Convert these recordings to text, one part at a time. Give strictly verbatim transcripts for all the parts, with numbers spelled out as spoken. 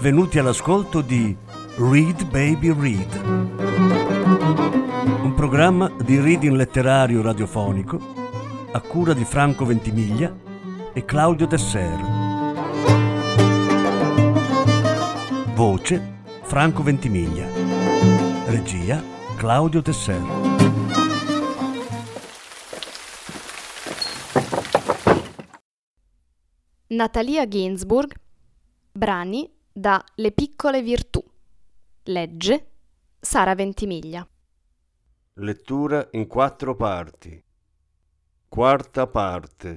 Benvenuti all'ascolto di Read Baby Read, un programma di reading letterario radiofonico a cura di Franco Ventimiglia e Claudio Tesser. Voce Franco Ventimiglia. Regia Claudio Tesser. Natalia Ginzburg, brani da Le piccole virtù. Legge Sara Ventimiglia. Lettura in quattro parti. Quarta parte.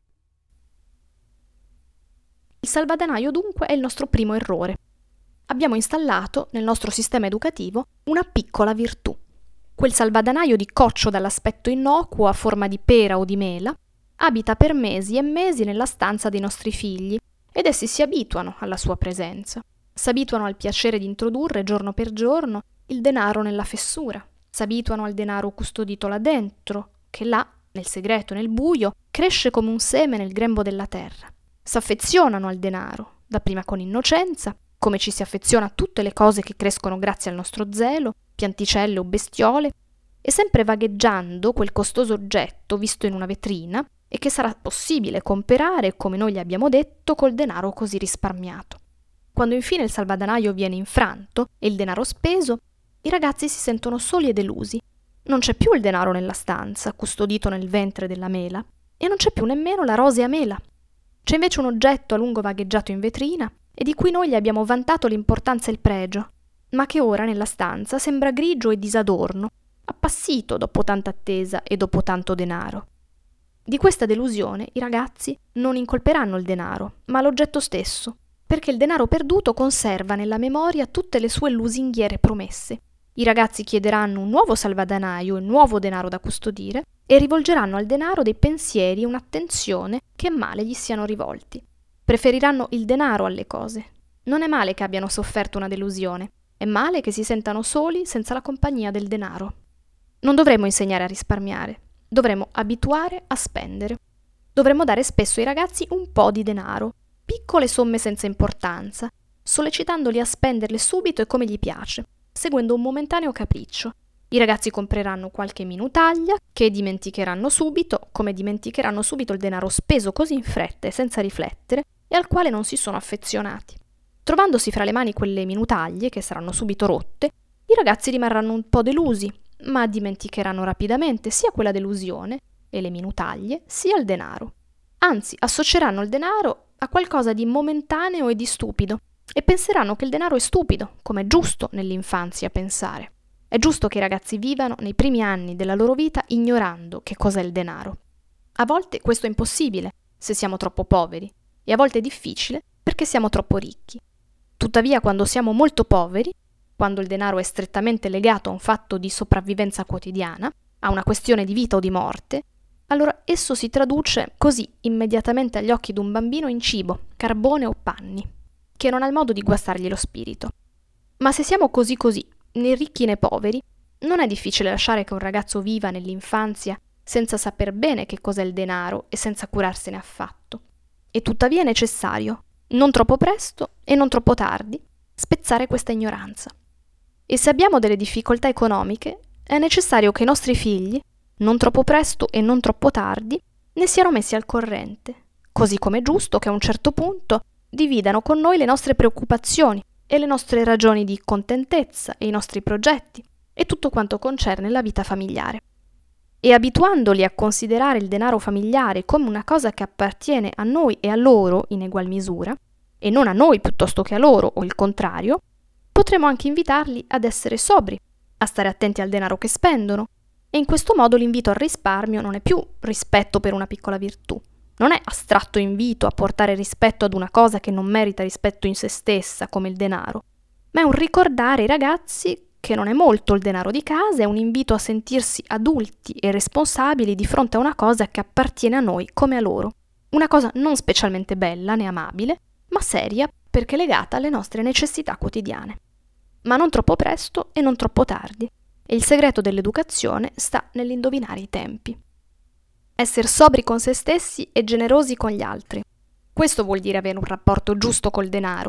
Il salvadanaio dunque è il nostro primo errore. Abbiamo installato nel nostro sistema educativo una piccola virtù. Quel salvadanaio di coccio dall'aspetto innocuo a forma di pera o di mela abita per mesi e mesi nella stanza dei nostri figli ed essi si abituano alla sua presenza. S'abituano al piacere di introdurre giorno per giorno il denaro nella fessura. S'abituano al denaro custodito là dentro, che là, nel segreto, nel buio, cresce come un seme nel grembo della terra. S'affezionano al denaro, dapprima con innocenza, come ci si affeziona a tutte le cose che crescono grazie al nostro zelo, pianticelle o bestiole, e sempre vagheggiando quel costoso oggetto visto in una vetrina e che sarà possibile comperare, come noi gli abbiamo detto, col denaro così risparmiato. Quando infine il salvadanaio viene infranto e il denaro speso, i ragazzi si sentono soli e delusi. Non c'è più il denaro nella stanza, custodito nel ventre della mela, e non c'è più nemmeno la rosea mela. C'è invece un oggetto a lungo vagheggiato in vetrina e di cui noi gli abbiamo vantato l'importanza e il pregio, ma che ora nella stanza sembra grigio e disadorno, appassito dopo tanta attesa e dopo tanto denaro. Di questa delusione i ragazzi non incolperanno il denaro, ma l'oggetto stesso, perché il denaro perduto conserva nella memoria tutte le sue lusinghiere promesse. I ragazzi chiederanno un nuovo salvadanaio e nuovo denaro da custodire e rivolgeranno al denaro dei pensieri e un'attenzione che male gli siano rivolti. Preferiranno il denaro alle cose. Non è male che abbiano sofferto una delusione, è male che si sentano soli senza la compagnia del denaro. Non dovremmo insegnare a risparmiare, dovremmo abituare a spendere. Dovremmo dare spesso ai ragazzi un po' di denaro, piccole somme senza importanza, sollecitandoli a spenderle subito e come gli piace, seguendo un momentaneo capriccio. I ragazzi compreranno qualche minutaglia, che dimenticheranno subito, come dimenticheranno subito il denaro speso così in fretta e senza riflettere, e al quale non si sono affezionati. Trovandosi fra le mani quelle minutaglie, che saranno subito rotte, i ragazzi rimarranno un po' delusi, ma dimenticheranno rapidamente sia quella delusione e le minutaglie, sia il denaro. Anzi, associeranno il denaro a qualcosa di momentaneo e di stupido, e penseranno che il denaro è stupido, come è giusto nell'infanzia pensare. È giusto che i ragazzi vivano nei primi anni della loro vita ignorando che cos'è il denaro. A volte questo è impossibile, se siamo troppo poveri, e a volte è difficile perché siamo troppo ricchi. Tuttavia, quando siamo molto poveri, quando il denaro è strettamente legato a un fatto di sopravvivenza quotidiana, a una questione di vita o di morte, allora esso si traduce così immediatamente agli occhi d'un bambino in cibo, carbone o panni, che non ha il modo di guastargli lo spirito. Ma se siamo così così, né ricchi né poveri, non è difficile lasciare che un ragazzo viva nell'infanzia senza saper bene che cos'è il denaro e senza curarsene affatto. E tuttavia è necessario, non troppo presto e non troppo tardi, spezzare questa ignoranza. E se abbiamo delle difficoltà economiche, è necessario che i nostri figli, non troppo presto e non troppo tardi, ne siano messi al corrente, così come è giusto che a un certo punto dividano con noi le nostre preoccupazioni e le nostre ragioni di contentezza e i nostri progetti e tutto quanto concerne la vita familiare. E abituandoli a considerare il denaro familiare come una cosa che appartiene a noi e a loro in egual misura, e non a noi piuttosto che a loro o il contrario, potremo anche invitarli ad essere sobri, a stare attenti al denaro che spendono, e in questo modo l'invito al risparmio non è più rispetto per una piccola virtù, non è astratto invito a portare rispetto ad una cosa che non merita rispetto in se stessa, come il denaro, ma è un ricordare ai ragazzi che non è molto il denaro di casa, è un invito a sentirsi adulti e responsabili di fronte a una cosa che appartiene a noi come a loro, una cosa non specialmente bella né amabile, ma seria perché legata alle nostre necessità quotidiane. Ma non troppo presto e non troppo tardi, e il segreto dell'educazione sta nell'indovinare i tempi. Essere sobri con se stessi e generosi con gli altri. Questo vuol dire avere un rapporto giusto col denaro,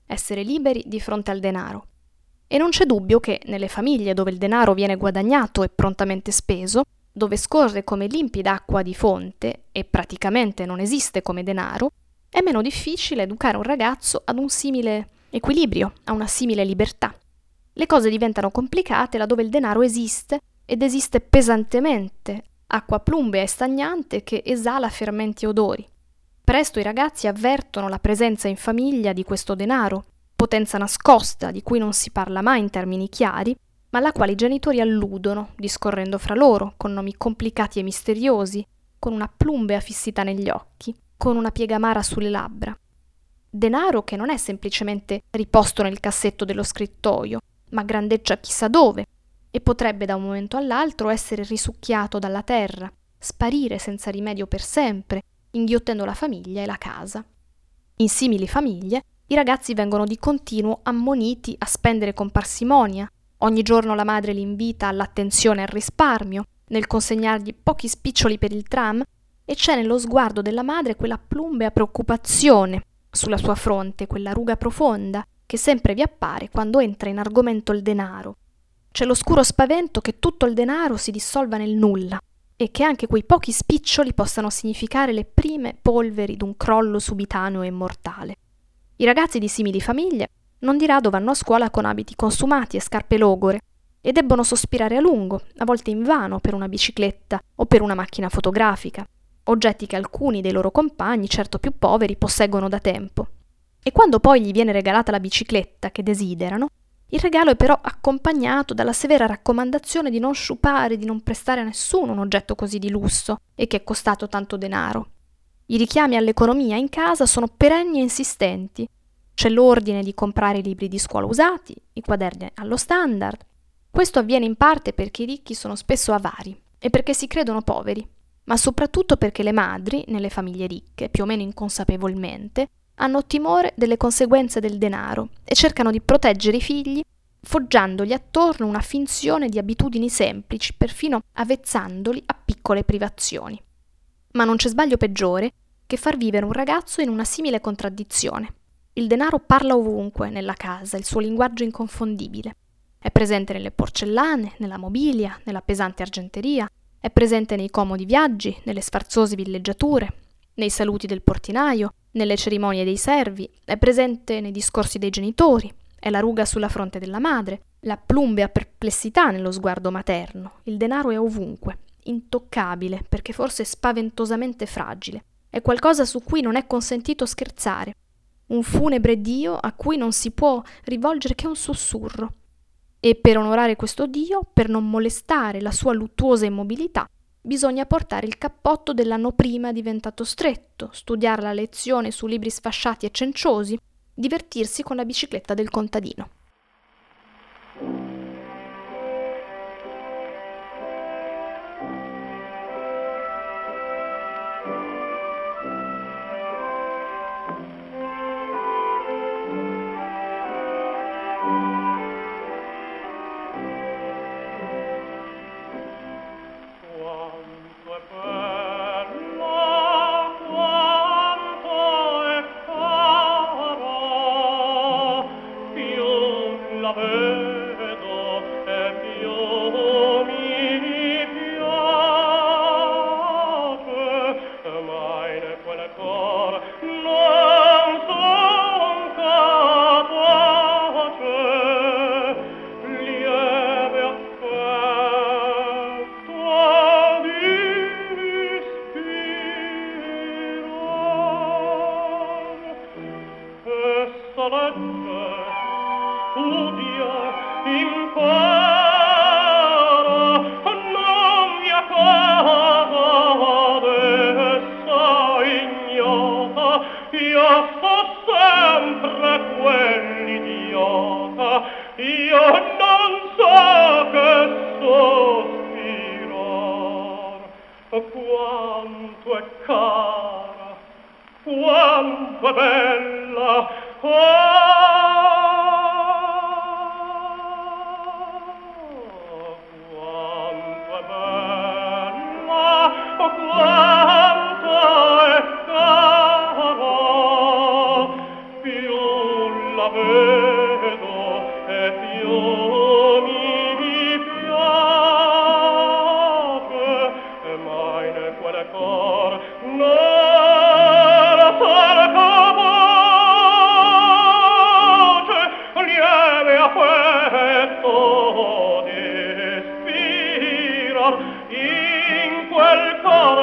essere liberi di fronte al denaro. E non c'è dubbio che nelle famiglie dove il denaro viene guadagnato e prontamente speso, dove scorre come limpida acqua di fonte e praticamente non esiste come denaro, è meno difficile educare un ragazzo ad un simile equilibrio, a una simile libertà. Le cose diventano complicate laddove il denaro esiste ed esiste pesantemente, acqua plumbea e stagnante che esala fermenti e odori. Presto i ragazzi avvertono la presenza in famiglia di questo denaro, potenza nascosta di cui non si parla mai in termini chiari, ma alla quale i genitori alludono, discorrendo fra loro, con nomi complicati e misteriosi, con una plumbea fissità negli occhi, con una piega amara sulle labbra. Denaro che non è semplicemente riposto nel cassetto dello scrittoio, ma grandeggia chissà dove, e potrebbe da un momento all'altro essere risucchiato dalla terra, sparire senza rimedio per sempre, inghiottendo la famiglia e la casa. In simili famiglie, i ragazzi vengono di continuo ammoniti a spendere con parsimonia. Ogni giorno la madre li invita all'attenzione e al risparmio, nel consegnargli pochi spiccioli per il tram, e c'è nello sguardo della madre quella plumbea preoccupazione sulla sua fronte, quella ruga profonda che sempre vi appare quando entra in argomento il denaro. C'è l'oscuro spavento che tutto il denaro si dissolva nel nulla e che anche quei pochi spiccioli possano significare le prime polveri d'un crollo subitaneo e mortale. I ragazzi di simili famiglie non di rado vanno a scuola con abiti consumati e scarpe logore e debbono sospirare a lungo, a volte invano, per una bicicletta o per una macchina fotografica, oggetti che alcuni dei loro compagni, certo più poveri, posseggono da tempo. E quando poi gli viene regalata la bicicletta che desiderano, il regalo è però accompagnato dalla severa raccomandazione di non sciupare, di non prestare a nessuno un oggetto così di lusso e che è costato tanto denaro. I richiami all'economia in casa sono perenni e insistenti. C'è l'ordine di comprare i libri di scuola usati, i quaderni allo standard. Questo avviene in parte perché i ricchi sono spesso avari e perché si credono poveri, ma soprattutto perché le madri, nelle famiglie ricche, più o meno inconsapevolmente, hanno timore delle conseguenze del denaro e cercano di proteggere i figli foggiandogli attorno una finzione di abitudini semplici, perfino avezzandoli a piccole privazioni. Ma non c'è sbaglio peggiore che far vivere un ragazzo in una simile contraddizione. Il denaro parla ovunque nella casa, il suo linguaggio inconfondibile. È presente nelle porcellane, nella mobilia, nella pesante argenteria, è presente nei comodi viaggi, nelle sfarzose villeggiature, nei saluti del portinaio, nelle cerimonie dei servi, è presente nei discorsi dei genitori, è la ruga sulla fronte della madre, la plumbea perplessità nello sguardo materno. Il denaro è ovunque, intoccabile, perché forse spaventosamente fragile. È qualcosa su cui non è consentito scherzare, un funebre dio a cui non si può rivolgere che un sussurro. E per onorare questo dio, per non molestare la sua luttuosa immobilità, bisogna portare il cappotto dell'anno prima diventato stretto, studiare la lezione su libri sfasciati e cenciosi, divertirsi con la bicicletta del contadino. Love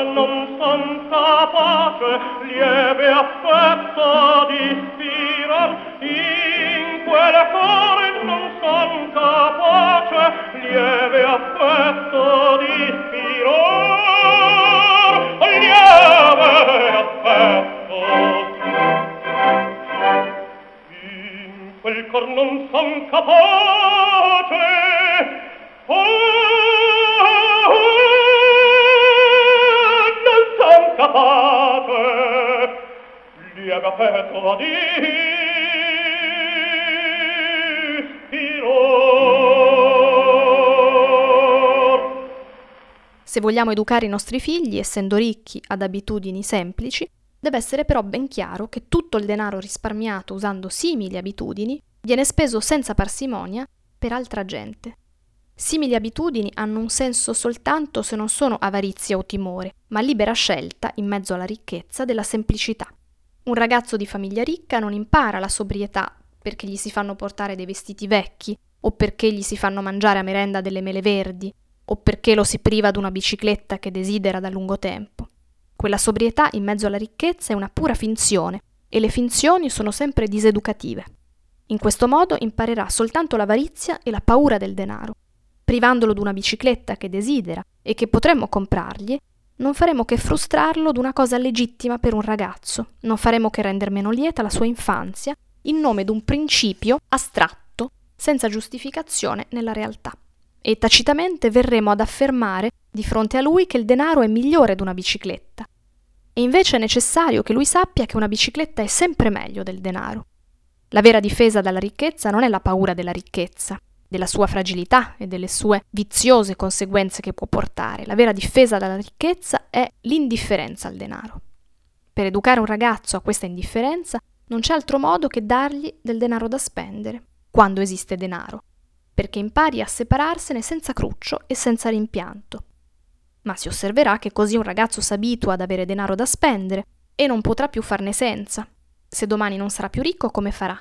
non son capace lieve affetto di ispirar, in quel cuore non son capace lieve affetto di ispirar, lieve affetto. In quel cor non son capace, oh, capace lieve affetto di ispirar. Se vogliamo educare i nostri figli, essendo ricchi, ad abitudini semplici, deve essere però ben chiaro che tutto il denaro risparmiato usando simili abitudini viene speso senza parsimonia per altra gente. Simili abitudini hanno un senso soltanto se non sono avarizia o timore, ma libera scelta, in mezzo alla ricchezza, della semplicità. Un ragazzo di famiglia ricca non impara la sobrietà perché gli si fanno portare dei vestiti vecchi, o perché gli si fanno mangiare a merenda delle mele verdi, o perché lo si priva di una bicicletta che desidera da lungo tempo. Quella sobrietà in mezzo alla ricchezza è una pura finzione, e le finzioni sono sempre diseducative. In questo modo imparerà soltanto l'avarizia e la paura del denaro. Privandolo di una bicicletta che desidera e che potremmo comprargli, non faremo che frustrarlo d'una cosa legittima per un ragazzo, non faremo che render meno lieta la sua infanzia in nome d'un principio astratto, senza giustificazione nella realtà. E tacitamente verremo ad affermare di fronte a lui che il denaro è migliore d'una bicicletta. E invece è necessario che lui sappia che una bicicletta è sempre meglio del denaro. La vera difesa dalla ricchezza non è la paura della ricchezza, della sua fragilità e delle sue viziose conseguenze che può portare. La vera difesa dalla ricchezza è l'indifferenza al denaro. Per educare un ragazzo a questa indifferenza non c'è altro modo che dargli del denaro da spendere, quando esiste denaro, perché impari a separarsene senza cruccio e senza rimpianto. Ma si osserverà che così un ragazzo s'abitua ad avere denaro da spendere e non potrà più farne senza. Se domani non sarà più ricco, come farà?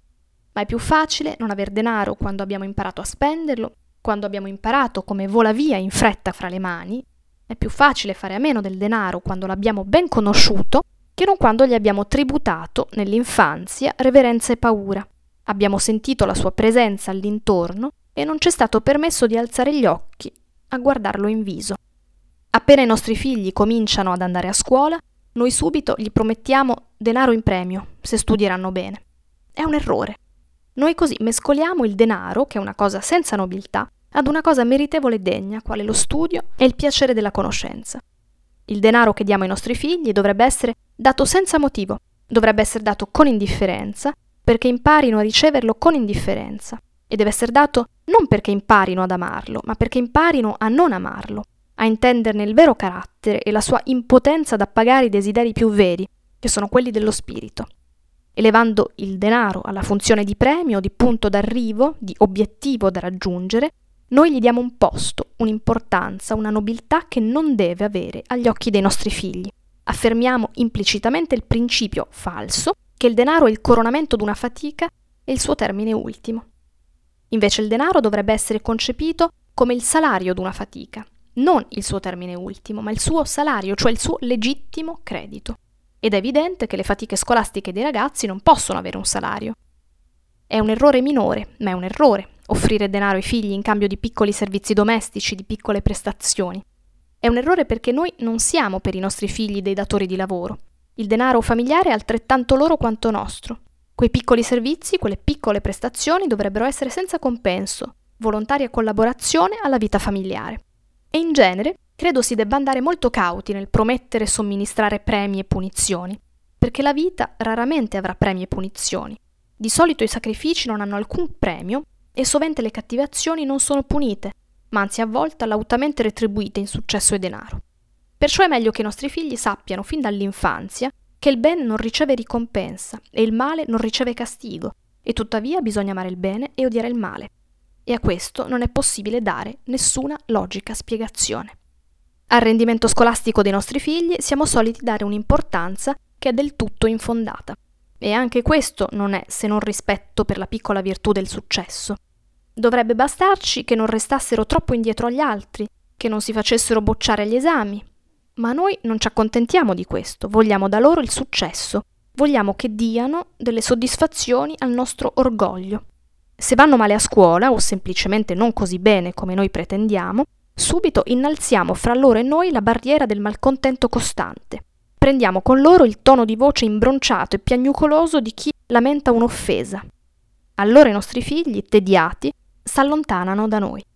Ma è più facile non aver denaro quando abbiamo imparato a spenderlo, quando abbiamo imparato come vola via in fretta fra le mani. È più facile fare a meno del denaro quando l'abbiamo ben conosciuto che non quando gli abbiamo tributato nell'infanzia reverenza e paura. Abbiamo sentito la sua presenza all'intorno e non ci è stato permesso di alzare gli occhi a guardarlo in viso. Appena i nostri figli cominciano ad andare a scuola, noi subito gli promettiamo denaro in premio se studieranno bene. È un errore. Noi così mescoliamo il denaro, che è una cosa senza nobiltà, ad una cosa meritevole e degna, quale lo studio e il piacere della conoscenza. Il denaro che diamo ai nostri figli dovrebbe essere dato senza motivo, dovrebbe essere dato con indifferenza, perché imparino a riceverlo con indifferenza, e deve essere dato non perché imparino ad amarlo, ma perché imparino a non amarlo, a intenderne il vero carattere e la sua impotenza ad appagare i desideri più veri, che sono quelli dello spirito. Elevando il denaro alla funzione di premio, di punto d'arrivo, di obiettivo da raggiungere, noi gli diamo un posto, un'importanza, una nobiltà che non deve avere agli occhi dei nostri figli. Affermiamo implicitamente il principio falso che il denaro è il coronamento d'una fatica e il suo termine ultimo. Invece il denaro dovrebbe essere concepito come il salario d'una fatica, non il suo termine ultimo, ma il suo salario, cioè il suo legittimo credito. Ed è evidente che le fatiche scolastiche dei ragazzi non possono avere un salario. È un errore minore, ma è un errore offrire denaro ai figli in cambio di piccoli servizi domestici, di piccole prestazioni. È un errore perché noi non siamo per i nostri figli dei datori di lavoro. Il denaro familiare è altrettanto loro quanto nostro. Quei piccoli servizi, quelle piccole prestazioni dovrebbero essere senza compenso, volontaria collaborazione alla vita familiare. E in genere credo si debba andare molto cauti nel promettere e somministrare premi e punizioni, perché la vita raramente avrà premi e punizioni. Di solito i sacrifici non hanno alcun premio e sovente le cattive azioni non sono punite, ma anzi a volte lautamente retribuite in successo e denaro. Perciò è meglio che i nostri figli sappiano fin dall'infanzia che il bene non riceve ricompensa e il male non riceve castigo, e tuttavia bisogna amare il bene e odiare il male. E a questo non è possibile dare nessuna logica spiegazione. Al rendimento scolastico dei nostri figli siamo soliti dare un'importanza che è del tutto infondata. E anche questo non è se non rispetto per la piccola virtù del successo. Dovrebbe bastarci che non restassero troppo indietro agli altri, che non si facessero bocciare agli esami, Ma noi non ci accontentiamo di questo, vogliamo da loro il successo, vogliamo che diano delle soddisfazioni al nostro orgoglio. Se vanno male a scuola o semplicemente non così bene come noi pretendiamo, subito innalziamo fra loro e noi la barriera del malcontento costante. Prendiamo con loro il tono di voce imbronciato e piagnucoloso di chi lamenta un'offesa. Allora i nostri figli, tediati, s'allontanano da noi.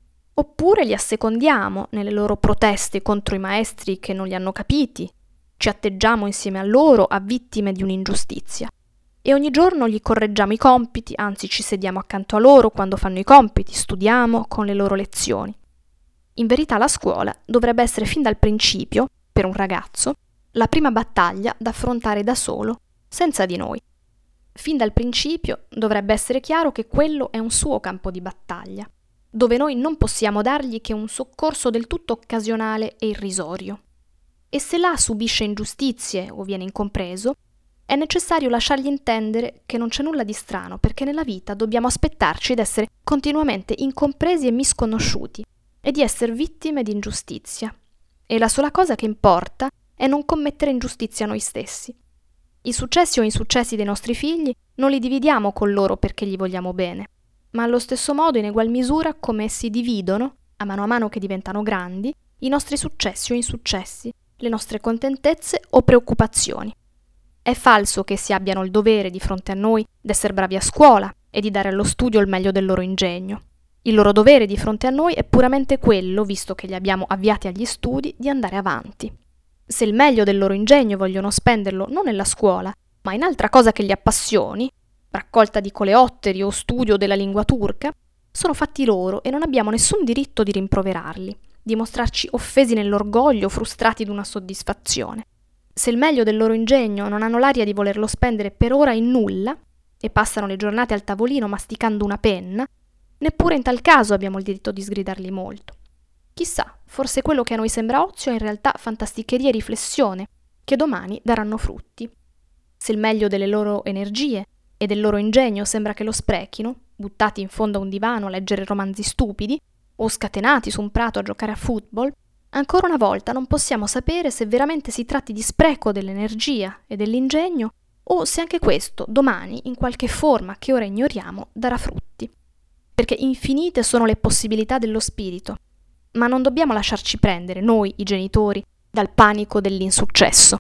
Oppure li assecondiamo nelle loro proteste contro i maestri che non li hanno capiti, ci atteggiamo insieme a loro a vittime di un'ingiustizia e ogni giorno gli correggiamo i compiti, anzi ci sediamo accanto a loro quando fanno i compiti, studiamo con le loro lezioni. In verità la scuola dovrebbe essere fin dal principio, per un ragazzo, la prima battaglia da affrontare da solo, senza di noi. Fin dal principio dovrebbe essere chiaro che quello è un suo campo di battaglia, dove noi non possiamo dargli che un soccorso del tutto occasionale e irrisorio. E se là subisce ingiustizie o viene incompreso, è necessario lasciargli intendere che non c'è nulla di strano, perché nella vita dobbiamo aspettarci di essere continuamente incompresi e misconosciuti, e di essere vittime di ingiustizia. E la sola cosa che importa è non commettere ingiustizia a noi stessi. I successi o insuccessi dei nostri figli non li dividiamo con loro perché gli vogliamo bene, ma allo stesso modo in egual misura come essi dividono, a mano a mano che diventano grandi, i nostri successi o insuccessi, le nostre contentezze o preoccupazioni. È falso che essi abbiano il dovere di fronte a noi d'essere bravi a scuola e di dare allo studio il meglio del loro ingegno. Il loro dovere di fronte a noi è puramente quello, visto che li abbiamo avviati agli studi, di andare avanti. Se il meglio del loro ingegno vogliono spenderlo non nella scuola, ma in altra cosa che li appassioni, raccolta di coleotteri o studio della lingua turca, sono fatti loro e non abbiamo nessun diritto di rimproverarli, di mostrarci offesi nell'orgoglio o frustrati d'una soddisfazione. Se il meglio del loro ingegno non hanno l'aria di volerlo spendere per ora in nulla e passano le giornate al tavolino masticando una penna, neppure in tal caso abbiamo il diritto di sgridarli molto. Chissà, forse quello che a noi sembra ozio è in realtà fantasticheria e riflessione, che domani daranno frutti. Se il meglio delle loro energie e del loro ingegno sembra che lo sprechino, buttati in fondo a un divano a leggere romanzi stupidi, o scatenati su un prato a giocare a football, ancora una volta non possiamo sapere se veramente si tratti di spreco dell'energia e dell'ingegno, o se anche questo, domani, in qualche forma che ora ignoriamo, darà frutti. Perché infinite sono le possibilità dello spirito, ma non dobbiamo lasciarci prendere, noi, i genitori, dal panico dell'insuccesso.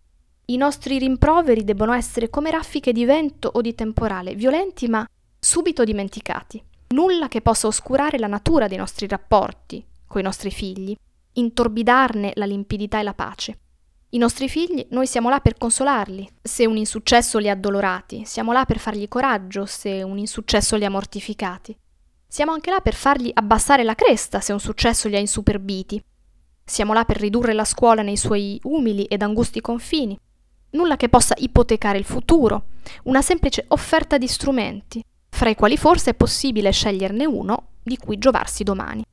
I nostri rimproveri debbono essere come raffiche di vento o di temporale, violenti ma subito dimenticati. Nulla che possa oscurare la natura dei nostri rapporti coi nostri figli, intorbidarne la limpidità e la pace. I nostri figli, noi siamo là per consolarli, se un insuccesso li ha addolorati, siamo là per fargli coraggio, se un insuccesso li ha mortificati. Siamo anche là per fargli abbassare la cresta se un successo li ha insuperbiti. Siamo là per ridurre la scuola nei suoi umili ed angusti confini. Nulla che possa ipotecare il futuro, una semplice offerta di strumenti, fra i quali forse è possibile sceglierne uno di cui giovarsi domani.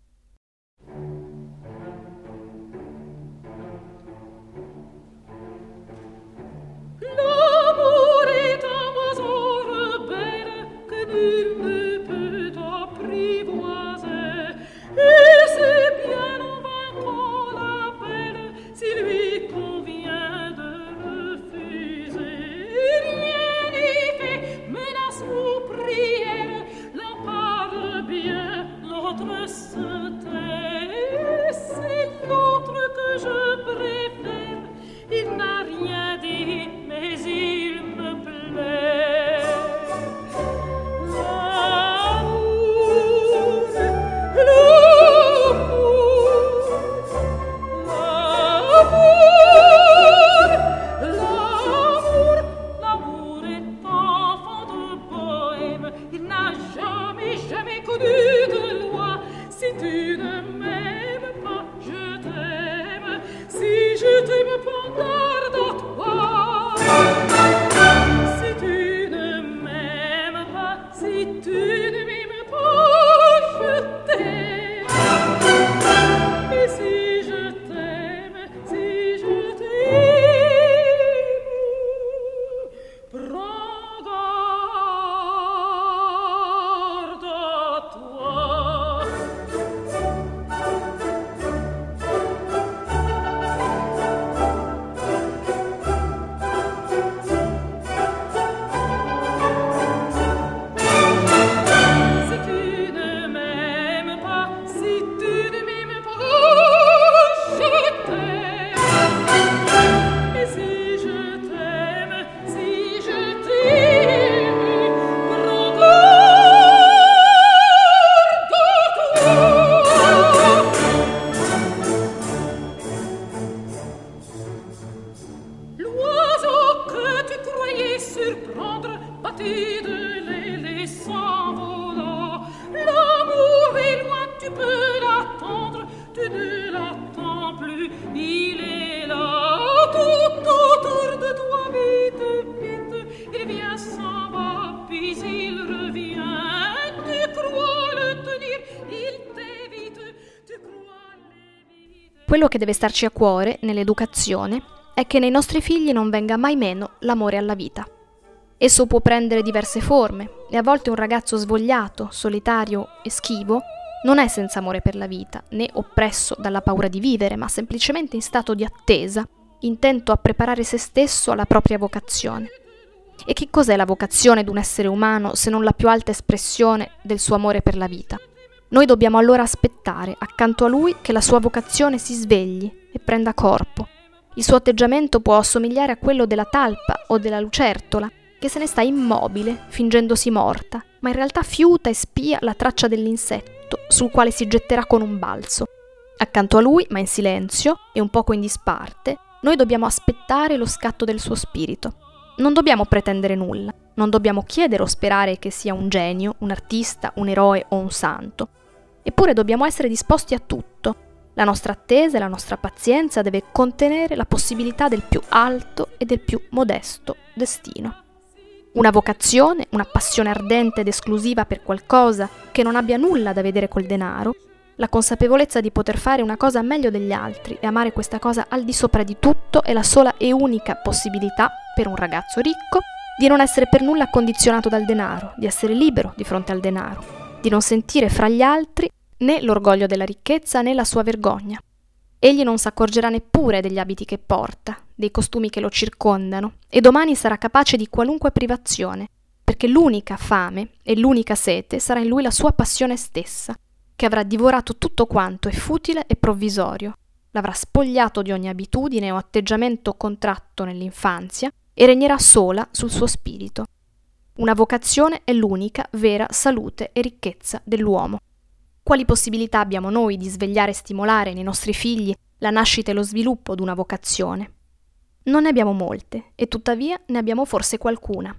Quello che deve starci a cuore nell'educazione è che nei nostri figli non venga mai meno l'amore alla vita. Esso può prendere diverse forme e a volte un ragazzo svogliato, solitario e schivo non è senza amore per la vita, né oppresso dalla paura di vivere, ma semplicemente in stato di attesa, intento a preparare se stesso alla propria vocazione. E che cos'è la vocazione d'un essere umano se non la più alta espressione del suo amore per la vita? Noi dobbiamo allora aspettare, accanto a lui, che la sua vocazione si svegli e prenda corpo. Il suo atteggiamento può assomigliare a quello della talpa o della lucertola, che se ne sta immobile, fingendosi morta, ma in realtà fiuta e spia la traccia dell'insetto, sul quale si getterà con un balzo. Accanto a lui, ma in silenzio e un poco in disparte, noi dobbiamo aspettare lo scatto del suo spirito. Non dobbiamo pretendere nulla, non dobbiamo chiedere o sperare che sia un genio, un artista, un eroe o un santo. Eppure dobbiamo essere disposti a tutto. La nostra attesa e la nostra pazienza deve contenere la possibilità del più alto e del più modesto destino. Una vocazione, una passione ardente ed esclusiva per qualcosa che non abbia nulla da vedere col denaro, la consapevolezza di poter fare una cosa meglio degli altri e amare questa cosa al di sopra di tutto è la sola e unica possibilità per un ragazzo ricco di non essere per nulla condizionato dal denaro, di essere libero di fronte al denaro, di non sentire fra gli altri né l'orgoglio della ricchezza né la sua vergogna. Egli non si accorgerà neppure degli abiti che porta, dei costumi che lo circondano, e domani sarà capace di qualunque privazione, perché l'unica fame e l'unica sete sarà in lui la sua passione stessa, che avrà divorato tutto quanto è futile e provvisorio, l'avrà spogliato di ogni abitudine o atteggiamento contratto nell'infanzia e regnerà sola sul suo spirito. Una vocazione è l'unica vera salute e ricchezza dell'uomo. Quali possibilità abbiamo noi di svegliare e stimolare nei nostri figli la nascita e lo sviluppo di una vocazione? Non ne abbiamo molte, e tuttavia ne abbiamo forse qualcuna.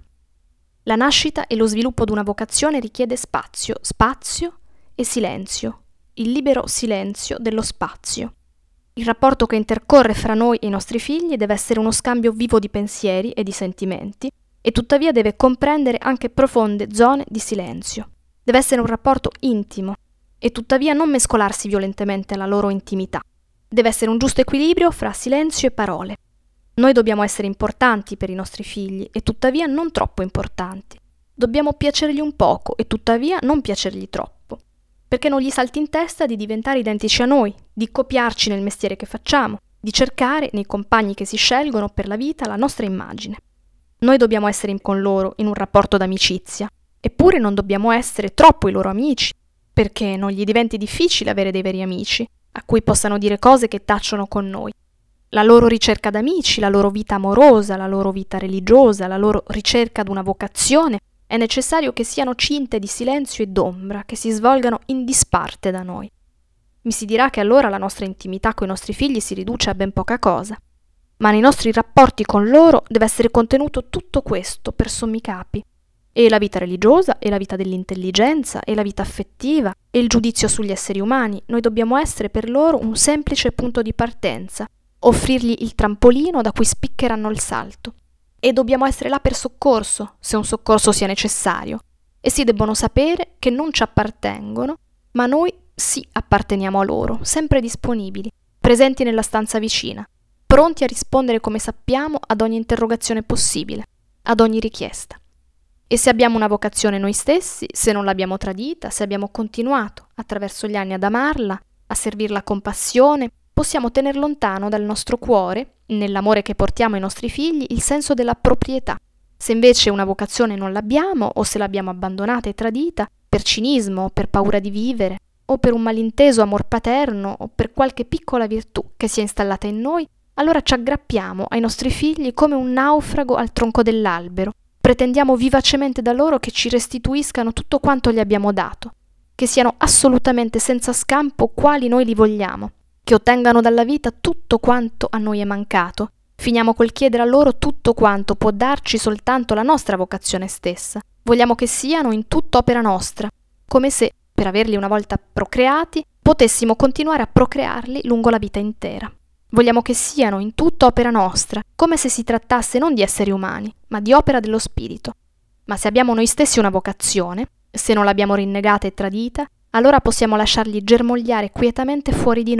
La nascita e lo sviluppo di una vocazione richiede spazio, spazio e silenzio, il libero silenzio dello spazio. Il rapporto che intercorre fra noi e i nostri figli deve essere uno scambio vivo di pensieri e di sentimenti, e tuttavia deve comprendere anche profonde zone di silenzio. Deve essere un rapporto intimo, e tuttavia non mescolarsi violentemente alla loro intimità. Deve essere un giusto equilibrio fra silenzio e parole. Noi dobbiamo essere importanti per i nostri figli e tuttavia non troppo importanti. Dobbiamo piacergli un poco e tuttavia non piacergli troppo, perché non gli salti in testa di diventare identici a noi, di copiarci nel mestiere che facciamo, di cercare nei compagni che si scelgono per la vita la nostra immagine. Noi dobbiamo essere con loro in un rapporto d'amicizia, eppure non dobbiamo essere troppo i loro amici, perché non gli diventi difficile avere dei veri amici, a cui possano dire cose che tacciono con noi. La loro ricerca d'amici, la loro vita amorosa, la loro vita religiosa, la loro ricerca d'una vocazione, è necessario che siano cinte di silenzio e d'ombra, che si svolgano in disparte da noi. Mi si dirà che allora la nostra intimità coi nostri figli si riduce a ben poca cosa, ma nei nostri rapporti con loro deve essere contenuto tutto questo per sommi capi. E la vita religiosa, e la vita dell'intelligenza, e la vita affettiva, e il giudizio sugli esseri umani, noi dobbiamo essere per loro un semplice punto di partenza, offrirgli il trampolino da cui spiccheranno il salto. E dobbiamo essere là per soccorso, se un soccorso sia necessario. Essi debbono sapere che non ci appartengono, ma noi sì apparteniamo a loro, sempre disponibili, presenti nella stanza vicina, pronti a rispondere come sappiamo ad ogni interrogazione possibile, ad ogni richiesta. E se abbiamo una vocazione noi stessi, se non l'abbiamo tradita, se abbiamo continuato attraverso gli anni ad amarla, a servirla con passione, possiamo tener lontano dal nostro cuore, nell'amore che portiamo ai nostri figli, il senso della proprietà. Se invece una vocazione non l'abbiamo, o se l'abbiamo abbandonata e tradita, per cinismo o per paura di vivere, o per un malinteso amor paterno, o per qualche piccola virtù che si è installata in noi, allora ci aggrappiamo ai nostri figli come un naufrago al tronco dell'albero. Pretendiamo vivacemente da loro che ci restituiscano tutto quanto gli abbiamo dato, che siano assolutamente senza scampo quali noi li vogliamo, che ottengano dalla vita tutto quanto a noi è mancato. Finiamo col chiedere a loro tutto quanto può darci soltanto la nostra vocazione stessa. Vogliamo che siano in tutto opera nostra, come se, per averli una volta procreati, potessimo continuare a procrearli lungo la vita intera. Vogliamo che siano in tutto opera nostra, come se si trattasse non di esseri umani, ma di opera dello spirito. Ma se abbiamo noi stessi una vocazione, se non l'abbiamo rinnegata e tradita, allora possiamo lasciarli germogliare quietamente fuori di noi,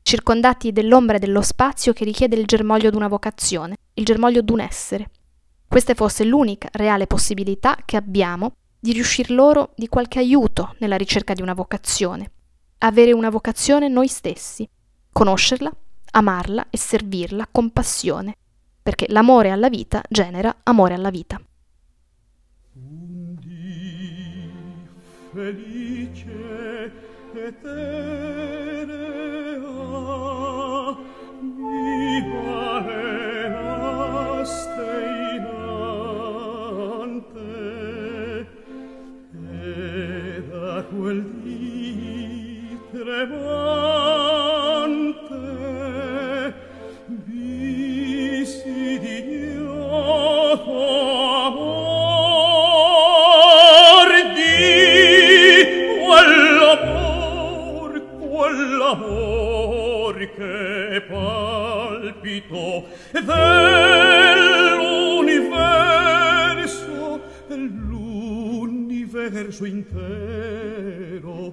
circondati dell'ombra e dello spazio che richiede il germoglio d'una vocazione, il germoglio d'un essere. Questa fosse l'unica reale possibilità che abbiamo di riuscir loro di qualche aiuto nella ricerca di una vocazione. Avere una vocazione noi stessi, conoscerla, amarla e servirla con passione, perché l'amore alla vita genera amore alla vita. Un dì felice eterea viva eraste inante, e da quel dì tremante visi d'ignoto amor, di quell'amor, quell'amor che palpito dell'universo, l'universo intero,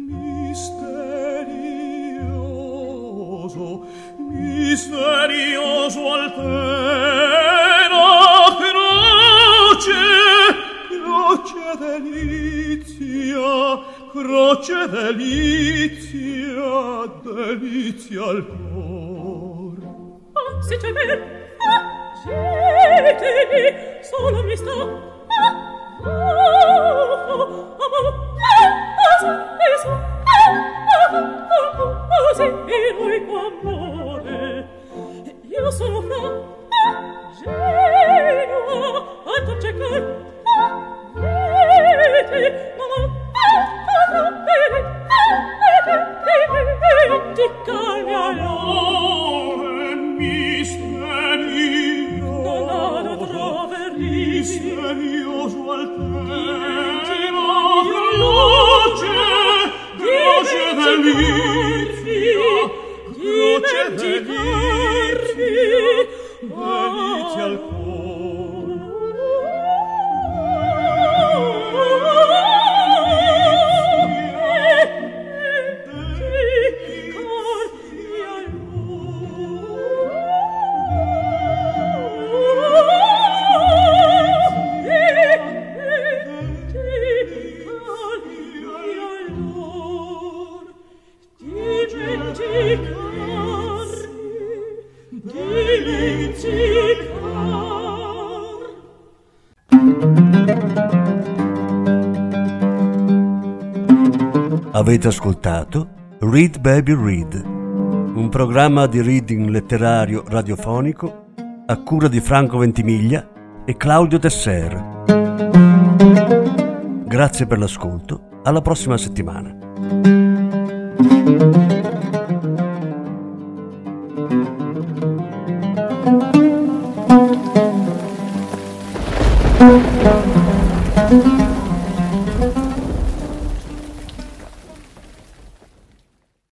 misterioso, misterioso altera croce, croce delizia, croce delizia, delizia al cor. Ah, se c'è ver, ah, cedemi, solo mi sta, ah, oh, oh, oh, oh, so, ah, ah, oh, oh, sì, eroico amore, io sono fra, ah, Genua, a tu cercar, ah, vedi, mamma, ah, ah, vedi, ah, vedi, ti calmi allora, misterioso, non ha da trovermi, misterioso altero, croce, croce delizia, croce delizia, delizia al cor. Avete ascoltato Read Baby Read, un programma di reading letterario radiofonico a cura di Franco Ventimiglia e Claudio Tesser. Grazie per l'ascolto, alla prossima settimana.